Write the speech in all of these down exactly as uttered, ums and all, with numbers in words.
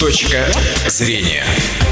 Точка зрения.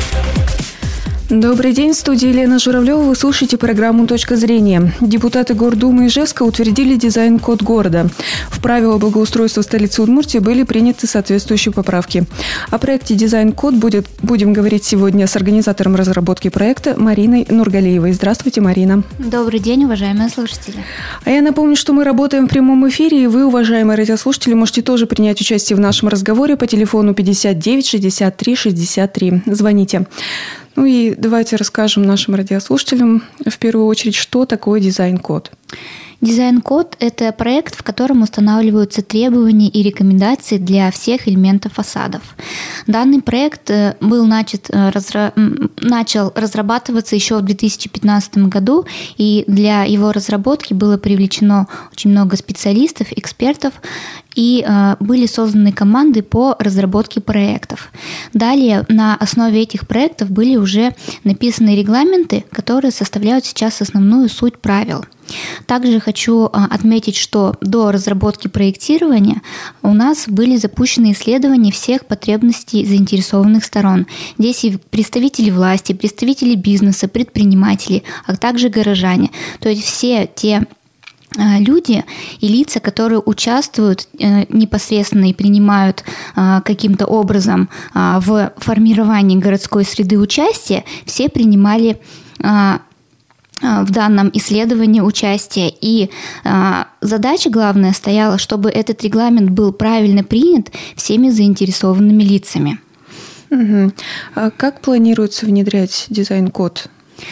Добрый день, в студии Елена Журавлева. Вы слушаете программу «Точка зрения». Депутаты Гордумы Ижевска утвердили дизайн-код города. В правила благоустройства столицы Удмуртии были приняты соответствующие поправки. О проекте «Дизайн-код» будет, будем говорить сегодня с организатором разработки проекта Мариной Нургалиевой. Здравствуйте, Марина. Добрый день, уважаемые слушатели. А я напомню, что мы работаем в прямом эфире, и вы, уважаемые радиослушатели, можете тоже принять участие в нашем разговоре по телефону пятьдесят девять шестьдесят три шестьдесят три. Звоните. Ну и давайте расскажем нашим радиослушателям в первую очередь, что такое дизайн-код. Дизайн-код – это проект, в котором устанавливаются требования и рекомендации для всех элементов фасадов. Данный проект был начат, разра... начал разрабатываться еще в две тысячи пятнадцатом году, и для его разработки было привлечено очень много специалистов, экспертов, и э, были созданы команды по разработке проектов. Далее на основе этих проектов были уже написаны регламенты, которые составляют сейчас основную суть правил. Также хочу э, отметить, что до разработки проектирования у нас были запущены исследования всех потребностей заинтересованных сторон. Здесь и представители власти, представители бизнеса, предприниматели, а также горожане. То есть все те люди и лица, которые участвуют э, непосредственно и принимают э, каким-то образом э, в формировании городской среды участия, все принимали э, в данном исследовании участие. И э, задача главная стояла, чтобы этот регламент был правильно принят всеми заинтересованными лицами. Угу. А как планируется внедрять дизайн-код?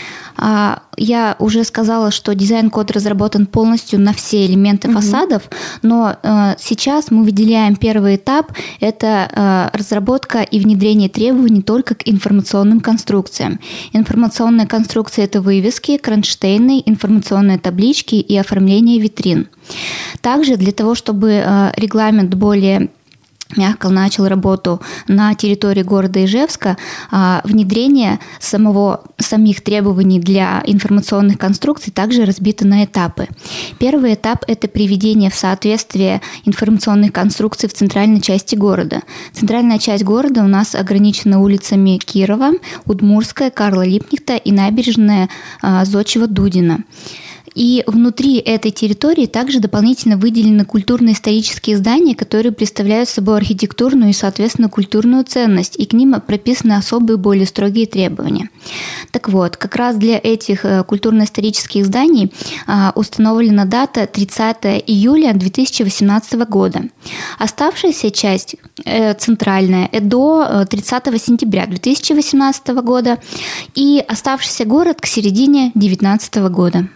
Я уже сказала, что дизайн-код разработан полностью на все элементы угу. фасадов, но э, сейчас мы выделяем первый этап – это э, разработка и внедрение требований только к информационным конструкциям. Информационные конструкции – это вывески, кронштейны, информационные таблички и оформление витрин. Также для того, чтобы э, регламент более мягко начал работу на территории города Ижевска, внедрение самого, самих требований для информационных конструкций также разбито на этапы. Первый этап – это приведение в соответствие информационных конструкций в центральной части города. Центральная часть города у нас ограничена улицами Кирова, Удмуртская, Карла Липкнехта и набережная Зодчего-Дудина. И внутри этой территории также дополнительно выделены культурно-исторические здания, которые представляют собой архитектурную и, соответственно, культурную ценность, и к ним прописаны особые, более строгие требования. Так вот, как раз для этих культурно-исторических зданий установлена дата тридцатое июля две тысячи восемнадцатого года. Оставшаяся часть, центральная, до тридцатого сентября две тысячи восемнадцатого года, и оставшийся город к середине две тысячи девятнадцатого года.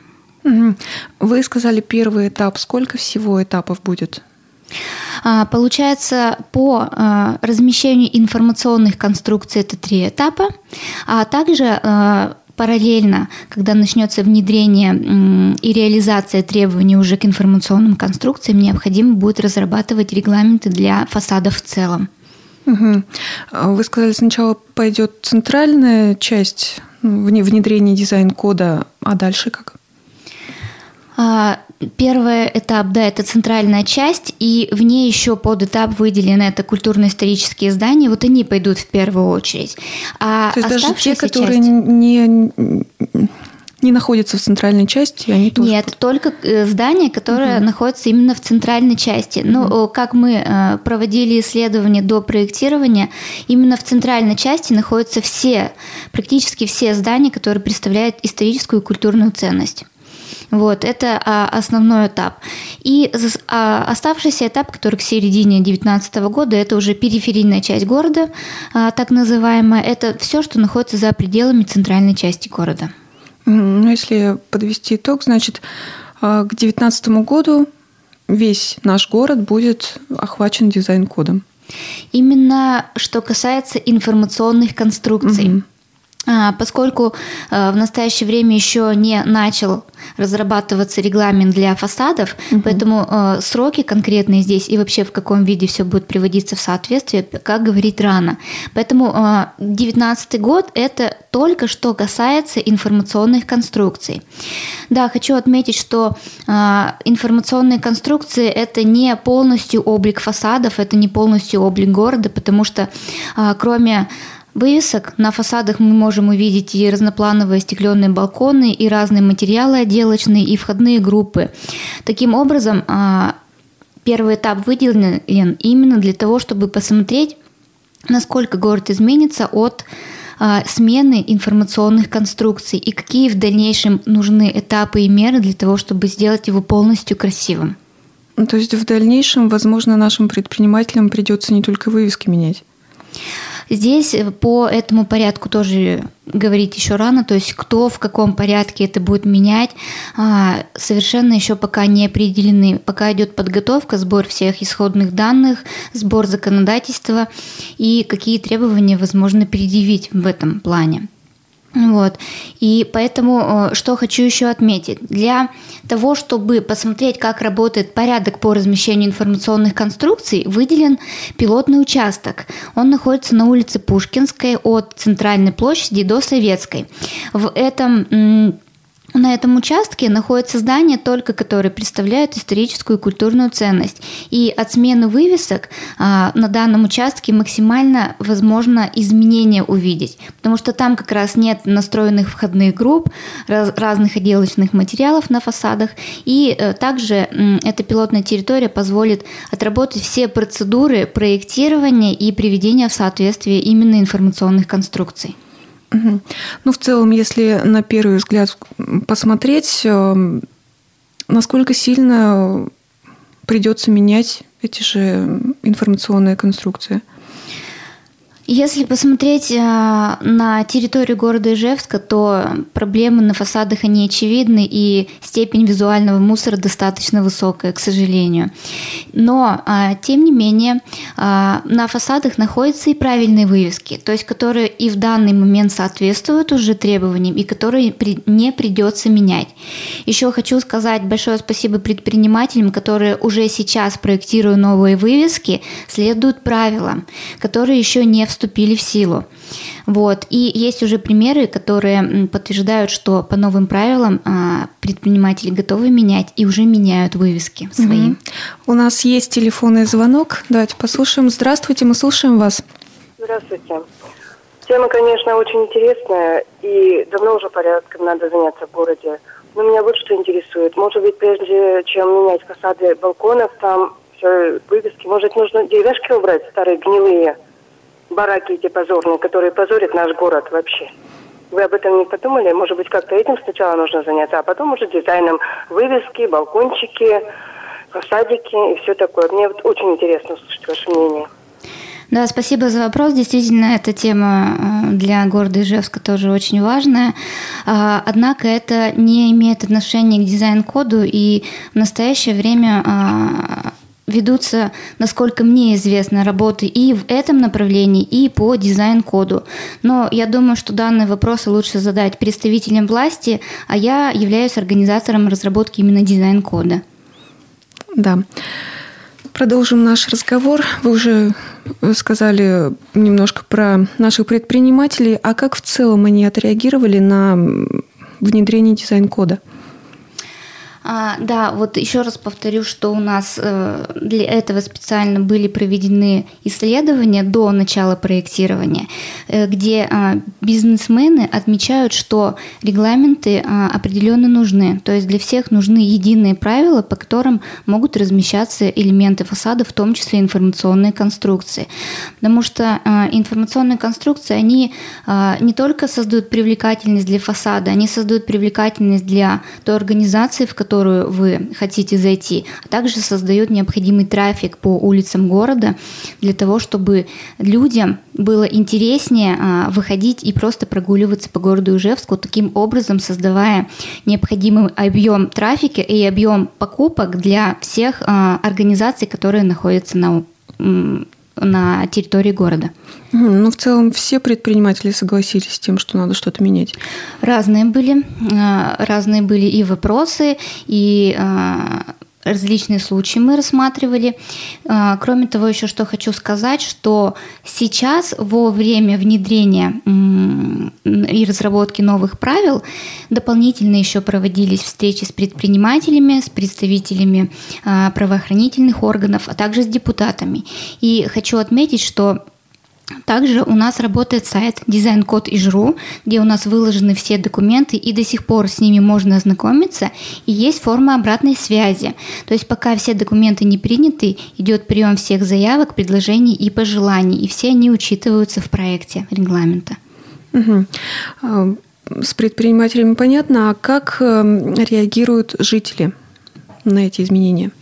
Вы сказали первый этап. Сколько всего этапов будет? Получается, по размещению информационных конструкций это три этапа, а также параллельно, когда начнется внедрение и реализация требований уже к информационным конструкциям, необходимо будет разрабатывать регламенты для фасадов в целом. Угу. Вы сказали, сначала пойдет центральная часть внедрения дизайн-кода, а дальше как? Первый этап, да, это центральная часть, и в ней еще под этап выделены это культурно-исторические здания, вот они пойдут в первую очередь. А то есть даже те, которые часть... не, не находятся в центральной части, они тоже... Нет, только здания, которые угу. находятся именно в центральной части. Угу. Ну, как мы проводили исследования до проектирования, именно в центральной части находятся все, практически все здания, которые представляют историческую и культурную ценность. Вот, это а, основной этап. И а, оставшийся этап, который к середине две тысячи девятнадцатого года, это уже периферийная часть города, а, так называемая. Это все, что находится за пределами центральной части города. Ну, если подвести итог, значит, к две тысячи девятнадцатому году весь наш город будет охвачен дизайн-кодом. Именно что касается информационных конструкций. Угу. Поскольку в настоящее время еще не начал разрабатываться регламент для фасадов, угу. поэтому сроки конкретные здесь и вообще в каком виде все будет приводиться в соответствие, как говорить рано. Поэтому две тысячи девятнадцатый год – это только что касается информационных конструкций. Да, хочу отметить, что информационные конструкции – это не полностью облик фасадов, это не полностью облик города, потому что кроме вывесок на фасадах мы можем увидеть и разноплановые стеклянные балконы, и разные материалы отделочные, и входные группы. Таким образом, первый этап выделен именно для того, чтобы посмотреть, насколько город изменится от смены информационных конструкций и какие в дальнейшем нужны этапы и меры для того, чтобы сделать его полностью красивым. То есть в дальнейшем, возможно, нашим предпринимателям придется не только вывески менять? Здесь по этому порядку тоже говорить еще рано, то есть кто в каком порядке это будет менять, совершенно еще пока не определены. Пока идет подготовка, сбор всех исходных данных, сбор законодательства и какие требования возможно предъявить в этом плане. Вот. И поэтому, что хочу еще отметить, для того, чтобы посмотреть, как работает порядок по размещению информационных конструкций, выделен пилотный участок. Он находится на улице Пушкинской от Центральной площади до Советской. В этом На этом участке находятся здания, только которые представляют историческую и культурную ценность. И от смены вывесок а, на данном участке максимально возможно изменения увидеть, потому что там как раз нет настроенных входных групп, раз, разных отделочных материалов на фасадах. И а, также м, эта пилотная территория позволит отработать все процедуры проектирования и приведения в соответствие именно информационных конструкций. Ну, в целом, если на первый взгляд посмотреть, насколько сильно придется менять эти же информационные конструкции? Если посмотреть на территорию города Ижевска, то проблемы на фасадах, они очевидны, и степень визуального мусора достаточно высокая, к сожалению. Но, тем не менее, на фасадах находятся и правильные вывески, то есть которые и в данный момент соответствуют уже требованиям, и которые не придется менять. Еще хочу сказать большое спасибо предпринимателям, которые уже сейчас, проектируя новые вывески, следуют правилам, которые еще не вступили в силу. Вот. И есть уже примеры, которые подтверждают, что по новым правилам предприниматели готовы менять и уже меняют вывески свои. Угу. У нас есть телефонный звонок. Давайте послушаем. Здравствуйте, мы слушаем вас. Здравствуйте. Тема, конечно, очень интересная, и давно уже порядком надо заняться в городе. Но меня вот что интересует. Может быть, прежде чем менять фасады балконов, там все вывески, может, нужно деревяшки убрать, старые гнилые бараки эти позорные, которые позорят наш город вообще. Вы об этом не подумали? Может быть, как-то этим сначала нужно заняться, а потом уже дизайном вывески, балкончики, фасадики и все такое. Мне вот очень интересно услышать ваше мнение. Да, спасибо за вопрос. Действительно, эта тема для города Ижевска тоже очень важная. Однако это не имеет отношения к дизайн-коду, и в настоящее время ведутся, насколько мне известно, работы и в этом направлении, и по дизайн-коду. Но я думаю, что данные вопросы лучше задать представителям власти, а я являюсь организатором разработки именно дизайн-кода. Да. Продолжим наш разговор. Вы уже сказали немножко про наших предпринимателей. А как в целом они отреагировали на внедрение дизайн-кода? А, да, вот еще раз повторю, что у нас э, для этого специально были проведены исследования до начала проектирования, э, где э, бизнесмены отмечают, что регламенты э, определенно нужны. То есть для всех нужны единые правила, по которым могут размещаться элементы фасада, в том числе информационные конструкции. Потому что э, информационные конструкции, они э, не только создают привлекательность для фасада, они создают привлекательность для той организации, в которой которую вы хотите зайти, а также создает необходимый трафик по улицам города для того, чтобы людям было интереснее выходить и просто прогуливаться по городу Ижевску, таким образом создавая необходимый объем трафика и объем покупок для всех организаций, которые находятся на на территории города. Ну, в целом все предприниматели согласились с тем, что надо что-то менять? Разные были. Разные были и вопросы, и различные случаи мы рассматривали. Кроме того, еще что хочу сказать, что сейчас во время внедрения и разработки новых правил дополнительно еще проводились встречи с предпринимателями, с представителями правоохранительных органов, а также с депутатами. И хочу отметить, что также у нас работает сайт дизайн-код точка ай жэ ру, где у нас выложены все документы, и до сих пор с ними можно ознакомиться, и есть форма обратной связи. То есть пока все документы не приняты, идет прием всех заявок, предложений и пожеланий, и все они учитываются в проекте регламента. Угу. С предпринимателями понятно, а как реагируют жители на эти изменения?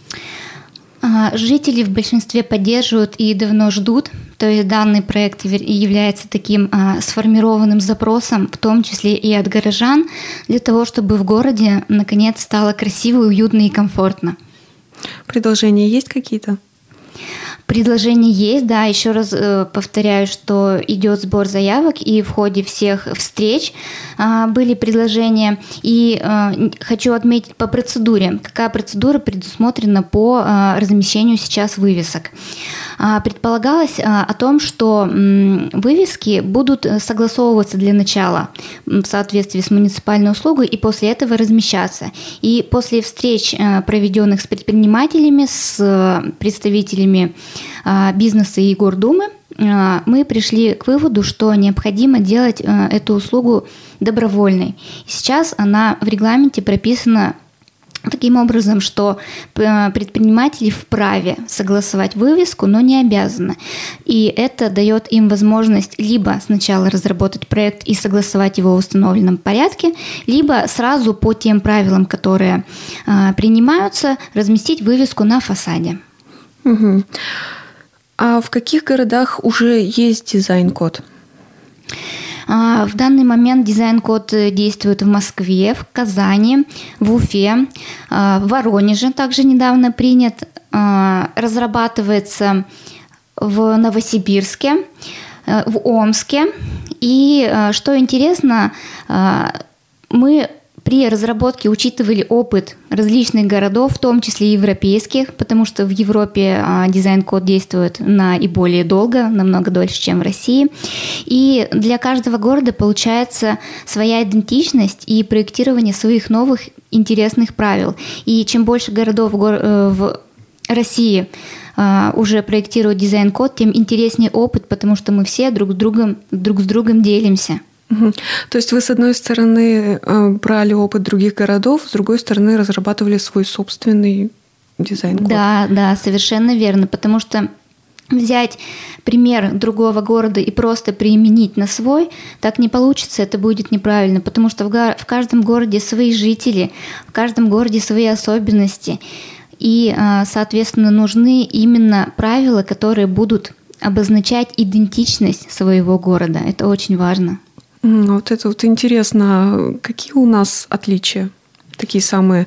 Жители в большинстве поддерживают и давно ждут. То есть данный проект является таким а, сформированным запросом, в том числе и от горожан, для того, чтобы в городе наконец стало красиво, уютно и комфортно. Предложения есть какие-то? Предложения есть, да, еще раз э, повторяю, что идет сбор заявок, и в ходе всех встреч э, были предложения. И э, хочу отметить по процедуре, какая процедура предусмотрена по э, размещению сейчас вывесок. Э, предполагалось э, о том, что э, вывески будут согласовываться для начала в соответствии с муниципальной услугой и после этого размещаться. И после встреч, э, проведенных с предпринимателями, с э, представителями бизнеса и Гордумы, мы пришли к выводу, что необходимо делать эту услугу добровольной. Сейчас она в регламенте прописана таким образом, что предприниматели вправе согласовать вывеску, но не обязаны. И это дает им возможность либо сначала разработать проект и согласовать его в установленном порядке, либо сразу по тем правилам, которые принимаются, разместить вывеску на фасаде. Угу. А в каких городах уже есть дизайн-код? В данный момент дизайн-код действует в Москве, в Казани, в Уфе, в Воронеже также недавно принят, разрабатывается в Новосибирске, в Омске. И что интересно, мы при разработке учитывали опыт различных городов, в том числе европейских, потому что в Европе дизайн-код действует на и более долго, намного дольше, чем в России. И для каждого города получается своя идентичность и проектирование своих новых интересных правил. И чем больше городов в России уже проектируют дизайн-код, тем интереснее опыт, потому что мы все друг с другом, друг с другом делимся. Угу. То есть вы, с одной стороны, брали опыт других городов, с другой стороны, разрабатывали свой собственный дизайн-код. Да, да, совершенно верно, потому что взять пример другого города и просто применить на свой, так не получится, это будет неправильно, потому что в, го- в каждом городе свои жители, в каждом городе свои особенности, и, соответственно, нужны именно правила, которые будут обозначать идентичность своего города. Это очень важно. Вот это вот интересно. Какие у нас отличия? Такие самые,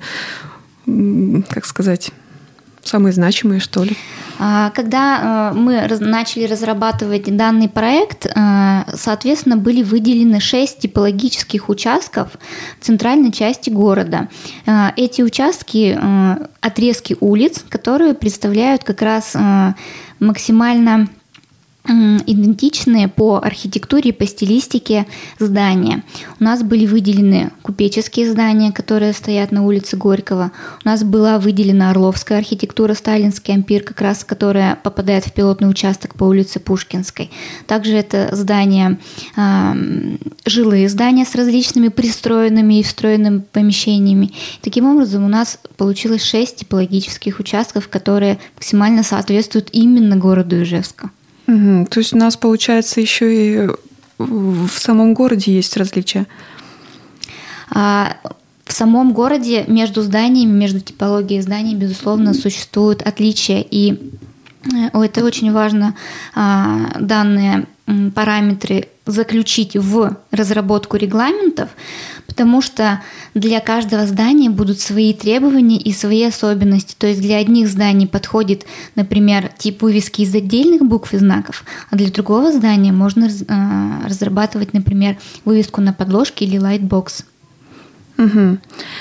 как сказать, самые значимые, что ли? Когда мы начали разрабатывать данный проект, соответственно, были выделены шесть типологических участков в центральной части города. Эти участки – отрезки улиц, которые представляют как раз максимально идентичные по архитектуре и по стилистике здания. У нас были выделены купеческие здания, которые стоят на улице Горького. У нас была выделена Орловская архитектура, Сталинский ампир, как раз которая попадает в пилотный участок по улице Пушкинской. Также это здания, э, жилые здания с различными пристроенными и встроенными помещениями. Таким образом, у нас получилось шесть типологических участков, которые максимально соответствуют именно городу Ижевску. Угу. То есть у нас, получается, еще и в самом городе есть различия? А, в самом городе между зданиями, между типологией зданий, безусловно, существуют отличия. И это очень важно, а, данные параметры заключить в разработку регламентов, потому что для каждого здания будут свои требования и свои особенности. То есть для одних зданий подходит, например, тип вывески из отдельных букв и знаков, а для другого здания можно э, разрабатывать, например, вывеску на подложке или лайтбокс. Угу.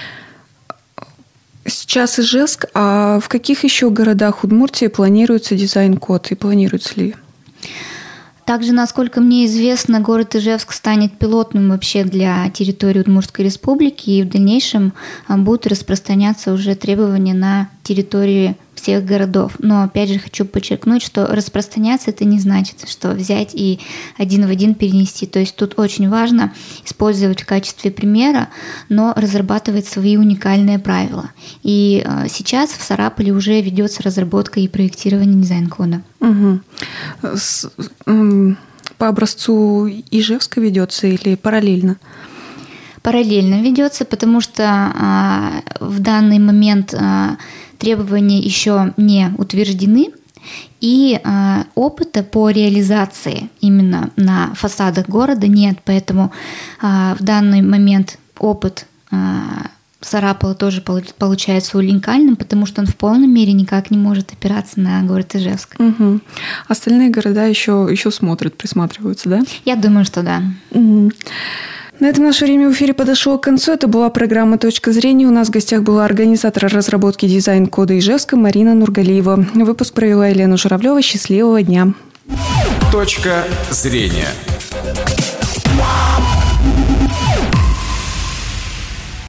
Сейчас Ижевск, а в каких еще городах Удмуртии планируется дизайн-код и планируется ли? Также, насколько мне известно, город Ижевск станет пилотным вообще для территории Удмуртской республики, и в дальнейшем будут распространяться уже требования на территории всех городов. Но опять же хочу подчеркнуть, что распространяться это не значит, что взять и один в один перенести. То есть тут очень важно использовать в качестве примера, но разрабатывать свои уникальные правила. И сейчас в Сарапуле уже ведется разработка и проектирование дизайн-кода. Угу. С, эм, по образцу Ижевска ведется или параллельно? Параллельно ведется, потому что а, в данный момент а, требования еще не утверждены, и э, опыта по реализации именно на фасадах города нет, поэтому э, в данный момент опыт э, Сарапула тоже получается уникальным, потому что он в полной мере никак не может опираться на город Ижевск. Угу. Остальные города еще, еще смотрят, присматриваются, да? Я думаю, что да. Угу. На этом наше время в эфире подошло к концу. Это была программа «Точка зрения». У нас в гостях была организатор разработки дизайн-кода Ижевска Марина Нургалиева. Выпуск провела Елена Журавлева. Счастливого дня. Точка зрения.